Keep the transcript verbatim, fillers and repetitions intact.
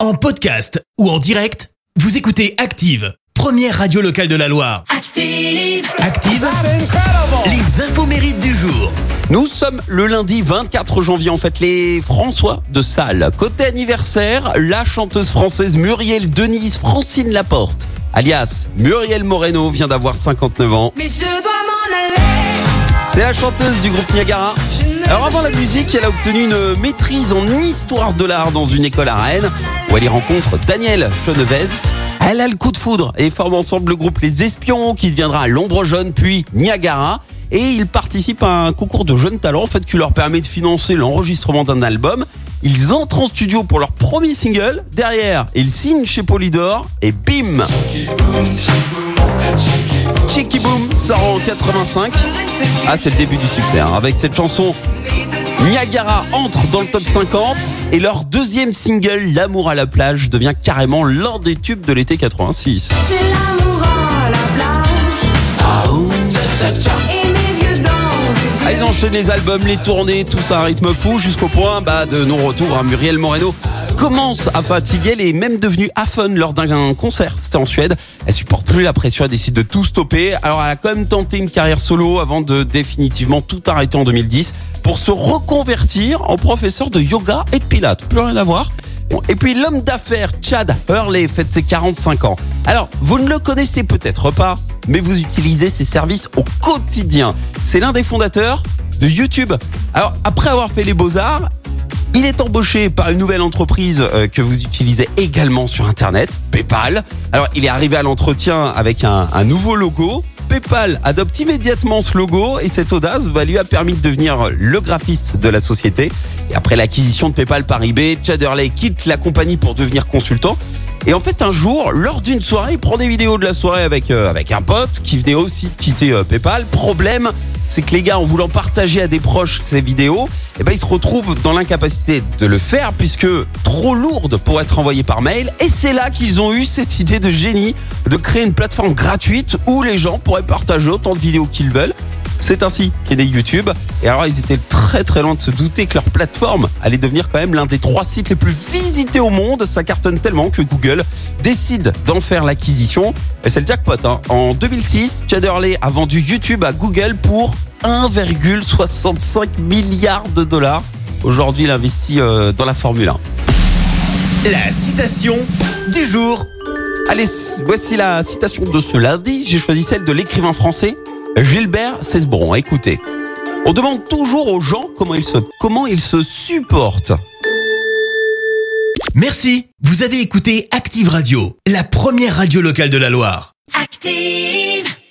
En podcast ou en direct, vous écoutez Active, première radio locale de la Loire. Active, Active, les infos mérites du jour. Nous sommes le lundi vingt-quatre janvier, en fait, les François de Sales. Côté anniversaire, la chanteuse française Muriel Denise Francine Laporte, alias Muriel Moreno, vient d'avoir cinquante-neuf ans. Mais je dois m'en aller. C'est la chanteuse du groupe Niagara. Alors avant la musique, elle a obtenu une maîtrise en histoire de l'art dans une école à Rennes, où elle y rencontre Daniel Chenevez. Elle a le coup de foudre et forme ensemble le groupe Les Espions, qui deviendra L'Ombre Jaune, puis Niagara. Et ils participent à un concours de jeunes talents, en fait, qui leur permet de financer l'enregistrement d'un album. Ils entrent en studio pour leur premier single. Derrière, ils signent chez Polydor et bim, Cheeky Boom sort en quatre-vingt-cinq. Ah, c'est le début du succès, hein. Avec cette chanson, Niagara entre dans le top cinquante et leur deuxième single, L'amour à la plage, devient carrément l'un des tubes de l'été quatre-vingt-six. C'est l'amour à la plage. Ah, ouh, tcha, tcha, tcha. Et mes yeux dans tes Ah, yeux. ils enchaînent les albums, les tournées, tout ça à un rythme fou, jusqu'au point bah, de non-retour. Hein. Muriel Moreno commence à fatiguer, elle est même devenue aphone lors d'un concert, c'était en Suède. Elle supporte plus la pression, elle décide de tout stopper. Alors elle a quand même tenté une carrière solo avant de définitivement tout arrêter en deux mille dix pour se reconvertir en professeur de yoga et de pilates. Plus rien à voir. Bon, et puis l'homme d'affaires Chad Hurley fête ses quarante-cinq ans. Alors, vous ne le connaissez peut-être pas, mais vous utilisez ses services au quotidien. C'est l'un des fondateurs de YouTube. Alors, après avoir fait les beaux-arts, il est embauché par une nouvelle entreprise euh, que vous utilisez également sur Internet, PayPal. Alors, il est arrivé à l'entretien avec un, un nouveau logo. PayPal adopte immédiatement ce logo et cette audace bah, lui a permis de devenir le graphiste de la société. Et après l'acquisition de PayPal par eBay, Chad Hurley quitte la compagnie pour devenir consultant. Et en fait, un jour, lors d'une soirée, il prend des vidéos de la soirée avec euh, avec un pote qui venait aussi de quitter euh, PayPal. Problème, c'est que les gars, en voulant partager à des proches ces vidéos, eh ben, ils se retrouvent dans l'incapacité de le faire puisque trop lourdes pour être envoyées par mail. Et c'est là qu'ils ont eu cette idée de génie de créer une plateforme gratuite où les gens pourraient partager autant de vidéos qu'ils veulent. C'est ainsi qu'est né YouTube. Et alors, ils étaient très très loin de se douter que leur plateforme allait devenir quand même l'un des trois sites les plus visités au monde. Ça cartonne tellement que Google décide d'en faire l'acquisition. Et c'est le jackpot, hein. En deux mille six, Chad Hurley a vendu YouTube à Google pour un virgule soixante-cinq milliard de dollars. Aujourd'hui, il investit euh, dans la Formule un. La citation du jour. Allez, voici la citation de ce lundi. J'ai choisi celle de l'écrivain français Gilbert Cesbron. Écoutez, on demande toujours aux gens comment ils se, comment ils se supportent. Merci, vous avez écouté Active Radio, la première radio locale de la Loire. Active.